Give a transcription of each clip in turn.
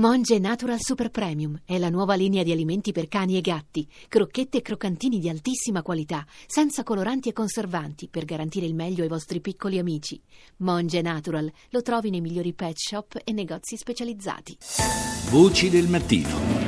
Monge Natural Super Premium è la nuova linea di alimenti per cani e gatti, crocchette e croccantini di altissima qualità, senza coloranti e conservanti, per garantire il meglio ai vostri piccoli amici. Monge Natural lo trovi nei migliori pet shop e negozi specializzati. Voci del mattino.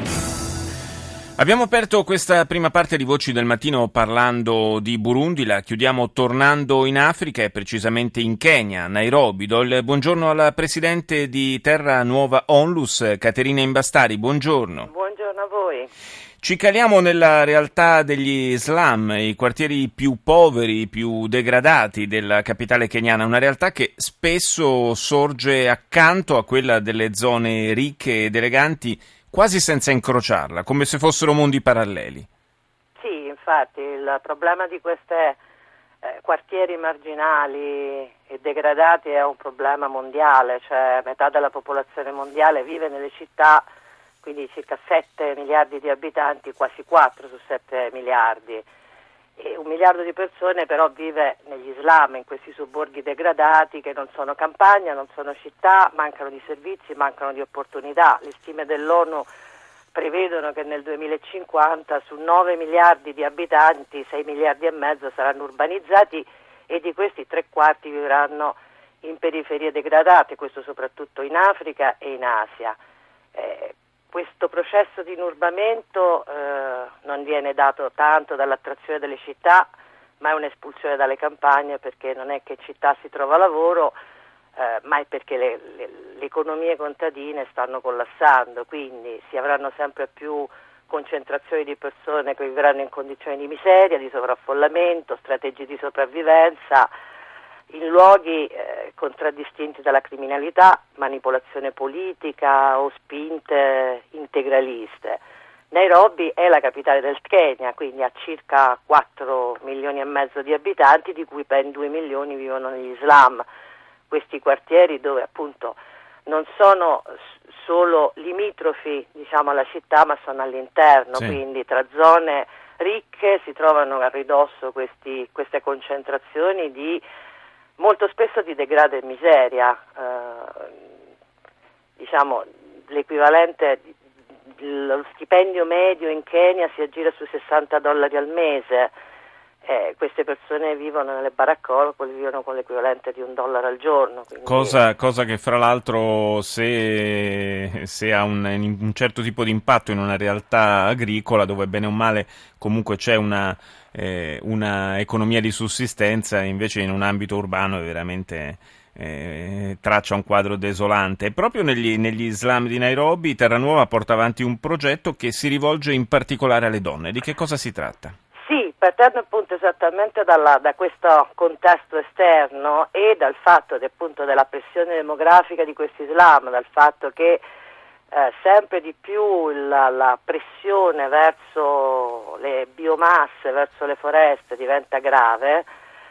Abbiamo aperto questa prima parte di Voci del Mattino parlando di Burundi, la chiudiamo tornando in Africa e precisamente in Kenya, Nairobi. Do il buongiorno alla presidente di Terra Nuova Onlus, Caterina Imbastari, buongiorno. Buongiorno a voi. Ci caliamo nella realtà degli slum, i quartieri più poveri, più degradati della capitale keniana, una realtà che spesso sorge accanto a quella delle zone ricche ed eleganti, quasi senza incrociarla, come se fossero mondi paralleli. Sì, infatti il problema di questi quartieri marginali e degradati è un problema mondiale, cioè metà della popolazione mondiale vive nelle città, quindi circa 7 miliardi di abitanti, quasi 4 su 7 miliardi. E 1 miliardo di persone però vive negli slum, in questi sobborghi degradati che non sono campagna, non sono città, mancano di servizi, mancano di opportunità. Le stime dell'ONU prevedono che nel 2050 su 9 miliardi di abitanti 6 miliardi e mezzo saranno urbanizzati e di questi 3/4 vivranno in periferie degradate, questo soprattutto in Africa e in Asia. Questo processo di inurbamento non viene dato tanto dall'attrazione delle città, ma è un'espulsione dalle campagne, perché non è che in città si trova lavoro, ma è perché le economie contadine stanno collassando, quindi si avranno sempre più concentrazioni di persone che vivranno in condizioni di miseria, di sovraffollamento, strategie di sopravvivenza, in luoghi contraddistinti dalla criminalità, manipolazione politica o spinte integraliste. Nairobi è la capitale del Kenya, quindi ha circa 4 milioni e mezzo di abitanti, di cui ben 2 milioni vivono negli slum. Questi quartieri dove appunto non sono solo limitrofi, diciamo, alla città, ma sono all'interno, sì. Quindi tra zone ricche si trovano a ridosso queste concentrazioni di molto spesso di degrado e miseria, diciamo l'equivalente, lo stipendio medio in Kenya si aggira su $60 al mese, queste persone vivono nelle baraccopoli, vivono con l'equivalente di $1 al giorno. Quindi... Cosa che fra l'altro se ha un certo tipo di impatto in una realtà agricola dove bene o male comunque c'è una economia di sussistenza, invece in un ambito urbano è veramente traccia un quadro desolante. E proprio negli slum di Nairobi Terra Nuova porta avanti un progetto che si rivolge in particolare alle donne. Di che cosa si tratta? Sì, partendo appunto esattamente da questo contesto esterno e dal fatto appunto della pressione demografica di questi slum, dal fatto che sempre di più la pressione verso le biomasse, verso le foreste diventa grave,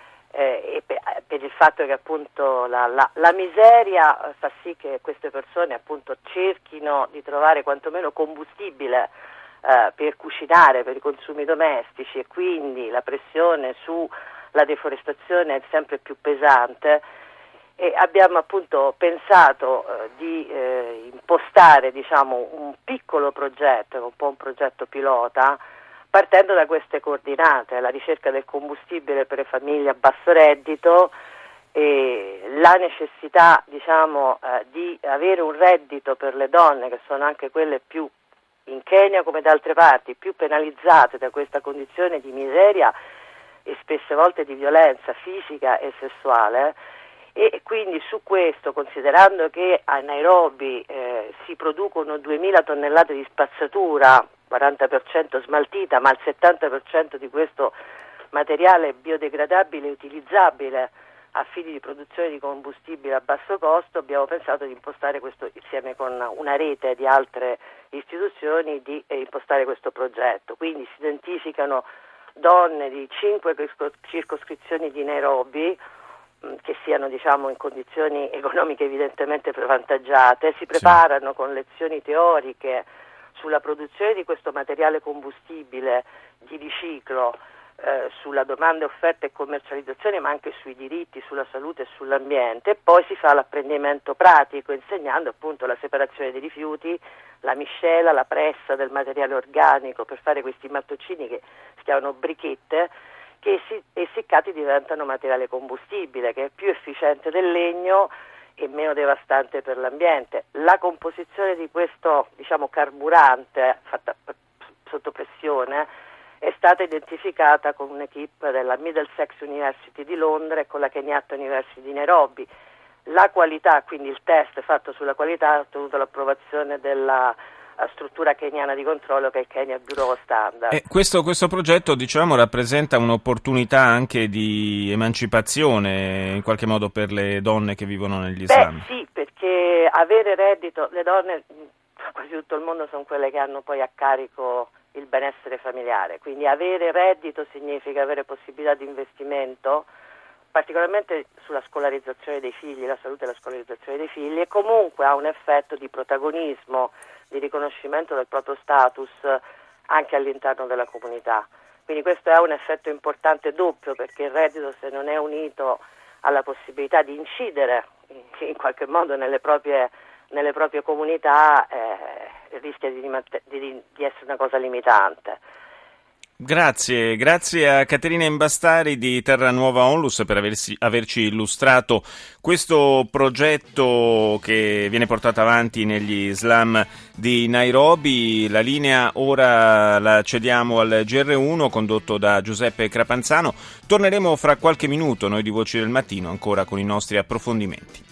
e per il fatto che appunto la miseria fa sì che queste persone appunto cerchino di trovare quantomeno combustibile per cucinare, per i consumi domestici, e quindi la pressione sulla deforestazione è sempre più pesante. E abbiamo appunto pensato di impostare, diciamo, un piccolo progetto, un po' un progetto pilota, partendo da queste coordinate: la ricerca del combustibile per le famiglie a basso reddito, e la necessità, diciamo, di avere un reddito per le donne, che sono anche quelle più, in Kenya come da altre parti, più penalizzate da questa condizione di miseria e spesse volte di violenza fisica e sessuale. E quindi su questo, considerando che a Nairobi si producono 2000 tonnellate di spazzatura, 40% smaltita, ma il 70% di questo materiale biodegradabile e utilizzabile a fini di produzione di combustibile a basso costo, abbiamo pensato di impostare questo, insieme con una rete di altre istituzioni, di impostare questo progetto. Quindi si identificano donne di 5 circoscrizioni di Nairobi, che siano, diciamo, in condizioni economiche evidentemente prevantaggiate, si preparano con lezioni teoriche sulla produzione di questo materiale combustibile di riciclo, sulla domanda, offerta e commercializzazione, ma anche sui diritti, sulla salute e sull'ambiente, e poi si fa l'apprendimento pratico insegnando appunto la separazione dei rifiuti, la miscela, la pressa del materiale organico per fare questi mattoncini che si chiamano brichette, che essiccati diventano materiale combustibile, che è più efficiente del legno e meno devastante per l'ambiente. La composizione di questo, carburante fatta sotto pressione è stata identificata con un'equipe della Middlesex University di Londra e con la Kenyatta University di Nairobi. La qualità, quindi il test fatto sulla qualità, ha ottenuto l'approvazione della struttura keniana di controllo, che è il Kenya Bureau Standard. Questo progetto, rappresenta un'opportunità anche di emancipazione in qualche modo per le donne che vivono negli Islam. Sì, perché avere reddito, le donne quasi tutto il mondo sono quelle che hanno poi a carico il benessere familiare, quindi avere reddito significa avere possibilità di investimento, particolarmente sulla scolarizzazione dei figli, la salute e la scolarizzazione dei figli, e comunque ha un effetto di protagonismo, di riconoscimento del proprio status anche all'interno della comunità. Quindi questo è un effetto importante doppio, perché il reddito, se non è unito alla possibilità di incidere in qualche modo nelle proprie comunità, rischia di essere una cosa limitante. Grazie a Caterina Imbastari di Terranuova Onlus per averci illustrato questo progetto che viene portato avanti negli Islam di Nairobi. La linea ora la cediamo al GR1 condotto da Giuseppe Crapanzano. Torneremo fra qualche minuto noi di Voci del Mattino ancora con i nostri approfondimenti.